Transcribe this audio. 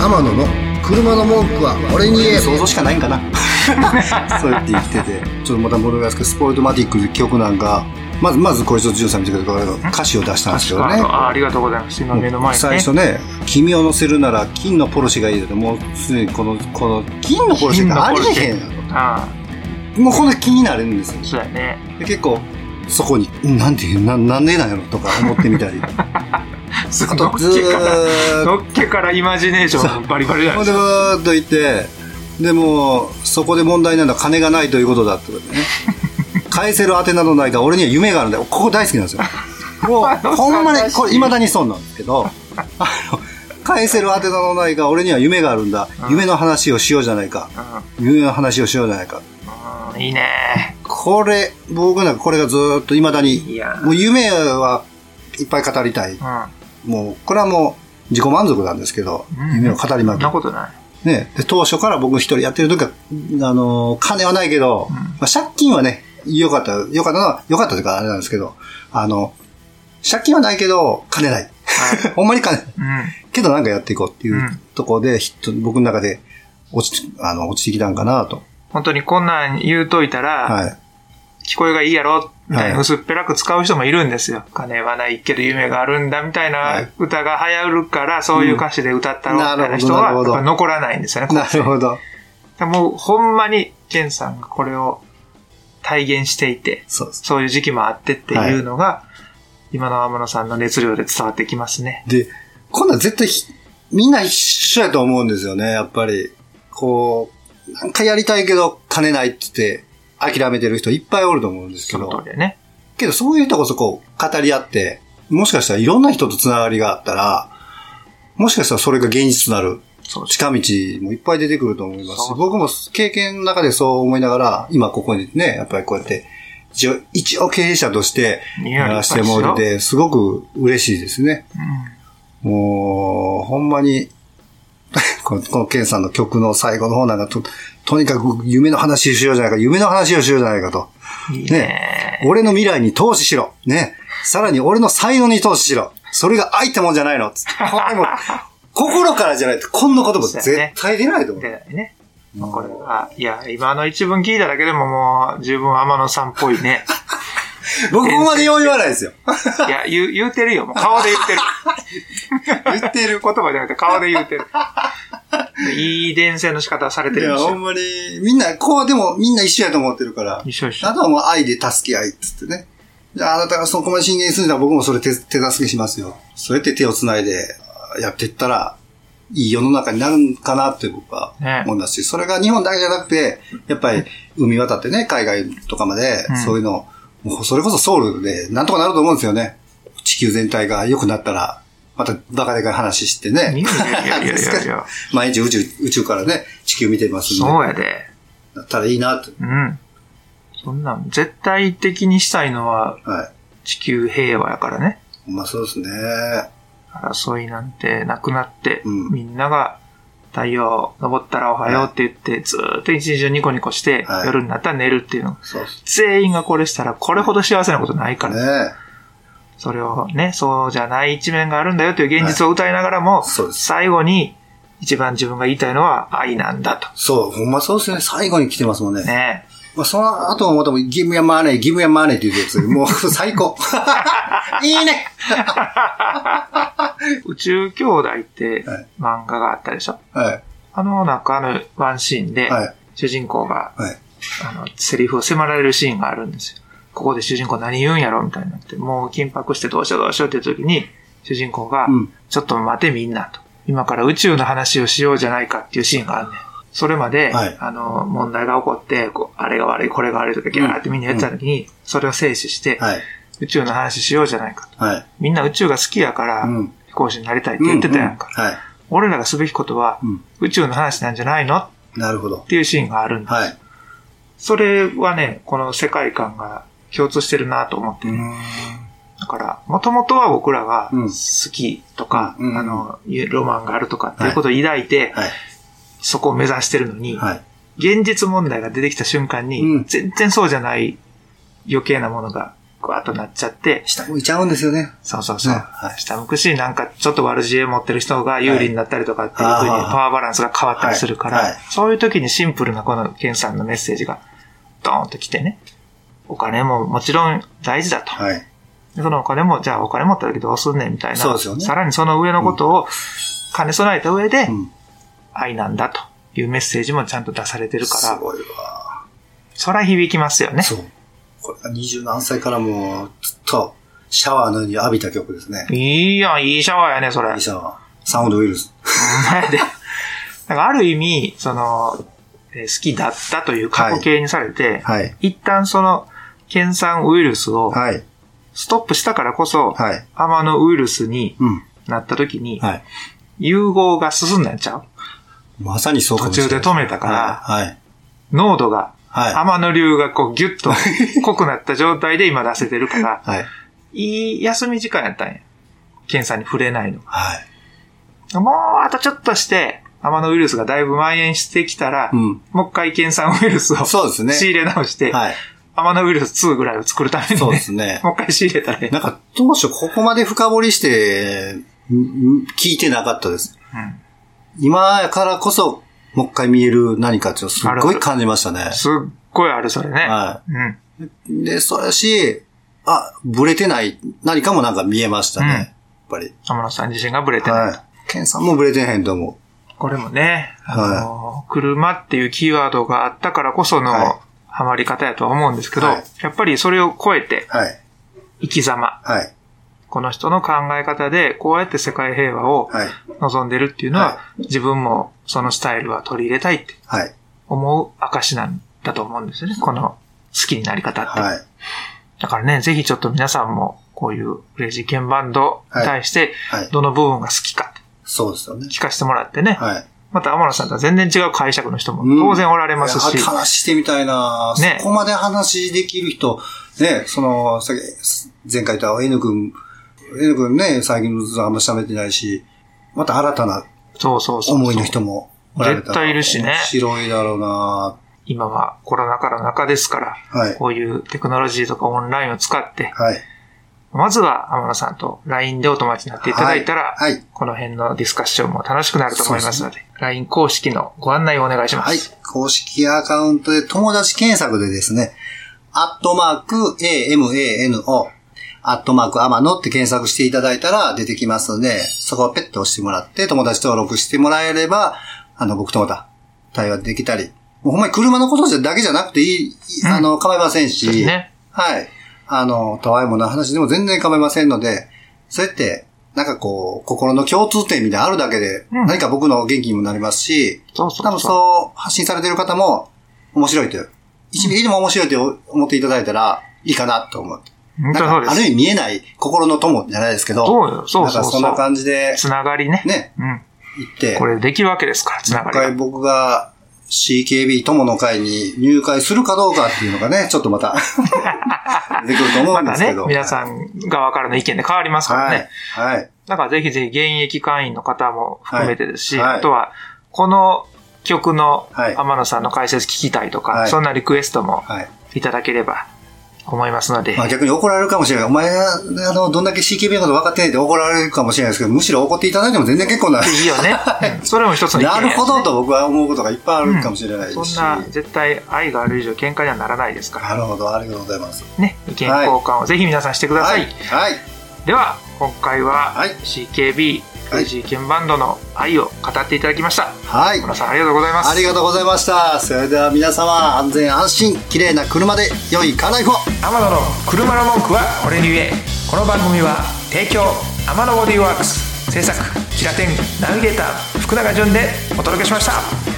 天野の車の文句は俺に言え。 想像しかないんかなそうやって生きてて、ちょっとまた戻りますけど、スポイルマティックの曲なんか、まずこれちょっと13見てください。歌詞を出したんですけどね。 ありがとうございます。今目の前にね。 最初ね、君を乗せるなら金のポルシェがいいで、もうすでにこの金のポルシェってありえへんやろ。もうこの気になれるんですよ。 そうやね。 で結構そこになんでなんやろとか思ってみたり。 あとのっけからイマジネーションバリバリだよ。 ほんでバーッといて、でもそこで問題なのは金がないということだってことね。返せる当てなどないが俺には夢があるんだよ。ここ大好きなんですよ。もうほんまにこれ未だにそうなんですけど、返せる当てなどないが俺には夢があるんだ。夢の話をしようじゃないか。夢の話をしようじゃないか。 いいね。 これ僕なんかこれがずーっと未だに、もう夢はいっぱい語りたい。もうこれはもう自己満足なんですけど、夢を語りまくる。 そんなことない。 ね、で当初から僕一人やってる時は金はないけど、借金はね良かったというかあれなんですけど、借金はないけど金ない。ほんまに金ない。けどなんかやっていこうっていうところで、僕の中で落ちてきたんかなと。 本当にこんなん言うといたら、聞こえがいいやろみたいな薄っぺらく使う人もいるんですよ。金はないけど夢があるんだみたいな歌が流行るから、そういう歌詞で歌ったろみたいな人はやっぱ残らないんですよね。 なるほど。 もうほんまにケンさんがこれを体現していて、そういう時期もあってっていうのが、今の天野さんの熱量で伝わってきますね。 で、今度は絶対みんな一緒やと思うんですよね。やっぱりこうなんかやりたいけど金ないって言って諦めてる人いっぱいおると思うんですけど。 そうだよね。 けどそういう人こそこう語り合って、もしかしたらいろんな人とつながりがあったら、もしかしたらそれが現実となる近道もいっぱい出てくると思いますし、僕も経験の中でそう思いながら、今ここにね、やっぱりこうやって一応経営者としてやらせてもらって、すごく嬉しいですね。もう、ほんまに、このケンさんの曲の最後の方なんかとにかく夢の話をしようじゃないか、夢の話をしようじゃないかと。ね。俺の未来に投資しろ。ね。さらに俺の才能に投資しろ。それが愛ってもんじゃないの。これも心からじゃないとこんなことも絶対出ないと思う。 出ないね。これは、いや、今の一文聞いただけでももう十分天野さんっぽいね。 僕までよう言わないですよ。 いや、言うてるよ。もう顔で言ってる。 言ってる言葉じゃなくて顔で言うてる。いい伝染の仕方はされてるんですよ。 いや、ほんまに、みんな一緒やと思ってるから。 一緒。 あとはもう愛で助け合いっつってね。じゃああなたがそこまで進言するなら僕もそれ手助けしますよ。そうやって手をつないでやっていったら、いい世の中になるんかなって僕は思いますし、それが日本だけじゃなくて、やっぱり海渡ってね、海外とかまで、そういうの、もうそれこそソウルでなんとかなると思うんですよね。地球全体が良くなったら、またバカでかい話してね。 いや。 毎日宇宙からね、地球見てますんで。 そうやで。 だったらいいなって。 そんなん絶対的にしたいのは、地球平和やからね。 まあそうですね。 争いなんてなくなって、みんなが太陽昇ったらおはようって言って、ずーっと一日中ニコニコして、夜になったら寝るっていうの。全員がこれしたらこれほど幸せなことないから。それをね、そうじゃない一面があるんだよという現実を歌いながらも、最後に一番自分が言いたいのは愛なんだと。 そう、ほんまそうですね。最後に来てますもんね。 ね。 まあ、その後もまたギブやマネーっていうやつ、もう最高。いいね。 宇宙兄弟って漫画があったでしょ。中のワンシーンで、主人公が、セリフを迫られるシーンがあるんですよ。ここで主人公何言うんやろみたいになって、もう緊迫してどうしようっていう時に、主人公が、ちょっと待てみんなと。今から宇宙の話をしようじゃないかっていうシーンがあるね。それまで、問題が起こって、あれが悪い、これが悪いとか、ギャーってみんなやってた時に、それを静止して、宇宙の話しようじゃないかと。みんな宇宙が好きやから、飛行士になりたいって言ってたやんか。俺らがすべきことは、宇宙の話なんじゃないのなるほど。 っていうシーンがあるんです。それはね、この世界観が共通してるなと思ってね。だから、もともとは僕らが好きとか、ロマンがあるとかっていうことを抱いて、そこを目指してるのに、現実問題が出てきた瞬間に、全然そうじゃない余計なものがぐわっとなっちゃって。 下向いちゃうんですよね。 そうそうそう。ね、はい、下向くし、なんかちょっと悪知恵持ってる人が有利になったりとかっていう風にパワーバランスが変わったりするから、はいはい、そういう時にシンプルなこのケンさんのメッセージがドーンと来てね、お金ももちろん大事だと。はい、でそのお金も、じゃあお金持った時どうすんねんみたいな。そうですよね。さらにその上のことを兼ね備えた上で、愛なんだというメッセージもちゃんと出されてるから。すごいわ。 そら響きますよね。そう。 これが20何歳からもうずっとシャワーのように浴びた曲ですね。 いいやん、いいシャワーやね、それ。 いいシャワー。サウンドウイルス。 で、なんかある意味、好きだったという過去形にされて、はい、一旦その、県産ウイルスを、ストップしたからこそ、はい、アマノウイルスになった時に、はい、融合が進んだんちゃう？ まさにそうかもしれない。 途中で止めたから、はい、濃度が、はい、アマノ流がこうギュッと濃くなった状態で今出せてるから、はい、いい休み時間やったんや。検査に触れないの。はい、もうあとちょっとして、アマノウイルスがだいぶ蔓延してきたら、もう一回検査ウイルスを仕入れ直して、はい、アマノウイルス2ぐらいを作るために、ね、そうですね。もう一回仕入れたらね。 なんか当初ここまで深掘りして聞いてなかったです。今からこそもう一回見える何かってすっごい感じましたね。 すっごいある、それね。 はい。で、それし、ブレてない何かもなんか見えましたね。やっぱり。 天野さん自身がブレてない。はい。 ケンさんもブレてへんと思う。 これもね、車っていうキーワードがあったからこそのハマり方やとは思うんですけど、やっぱりそれを超えて、生き様。この人の考え方で、こうやって世界平和を望んでるっていうのは、自分もそのスタイルは取り入れたいって思う証なんだと思うんですよね。この好きになり方って。だからね、ぜひちょっと皆さんもこういうクレイジーケンバンドに対して、どの部分が好きか、 そうですよね。 聞かせてもらってね。また天野さんとは全然違う解釈の人も当然おられますし。 話してみたいな、ね、そこまで話できる人、ね、前回言った N 君ね、最近ずっとあんま喋ってないし、また新たな思いの人もおられたら絶対いるしね。 面白いだろうな。 今はコロナ禍の中ですから、こういうテクノロジーとかオンラインを使って、まずは天野さんと LINE でお友達になっていただいたら、この辺のディスカッションも楽しくなると思いますので、LINE 公式のご案内をお願いします。はい。 公式アカウントで友達検索でですね、@AMANO、天野って検索していただいたら出てきますので、そこをペッと押してもらって友達登録してもらえれば、僕とまた対話できたり、もうほんまに車のことだけじゃなくて構いませんし、はい。たわいもない話でも全然構いませんので、そうやって、なんかこう、心の共通点みたいなのあるだけで、何か僕の元気にもなりますし、多分そう発信されてる方も面白いという、1ミリでも面白いと思っていただいたらいいかなと思う。なんかある意味見えない心の友じゃないですけど、なんかそんな感じで、 つながりね。 ね。言って。 これできるわけですから、つながりが。 一回僕が、CKB 友の会に入会するかどうかっていうのがね、ちょっとまた出てくると思うんですけど。 またね、皆さん側からの意見で変わりますからね。はい。だからぜひぜひ現役会員の方も含めてですし、あとは、この曲の天野さんの解説聞きたいとか、そんなリクエストもいただければ思いますので。 逆に怒られるかもしれない。お前が、どんだけ CKB のこと分かってないって怒られるかもしれないですけど、むしろ怒っていただいても全然結構な。 いいよね。それも一つの意見、ね。 なるほどと僕は思うことがいっぱいあるかもしれないし。 そんな、絶対愛がある以上喧嘩にはならないですから。 なるほど、ありがとうございます。 ね、意見交換をぜひ皆さんしてください。はい。では、今回は CKB、クレイジーケンバンドの愛を語っていただきました。はい。皆さんありがとうございます。 ありがとうございました。それでは皆様、安全安心、綺麗な車で良いカーライフを。 天野の車の文句は俺に言え。この番組は提供天野ボディーワークス、制作キラテンナビゲーター福永潤でお届けしました。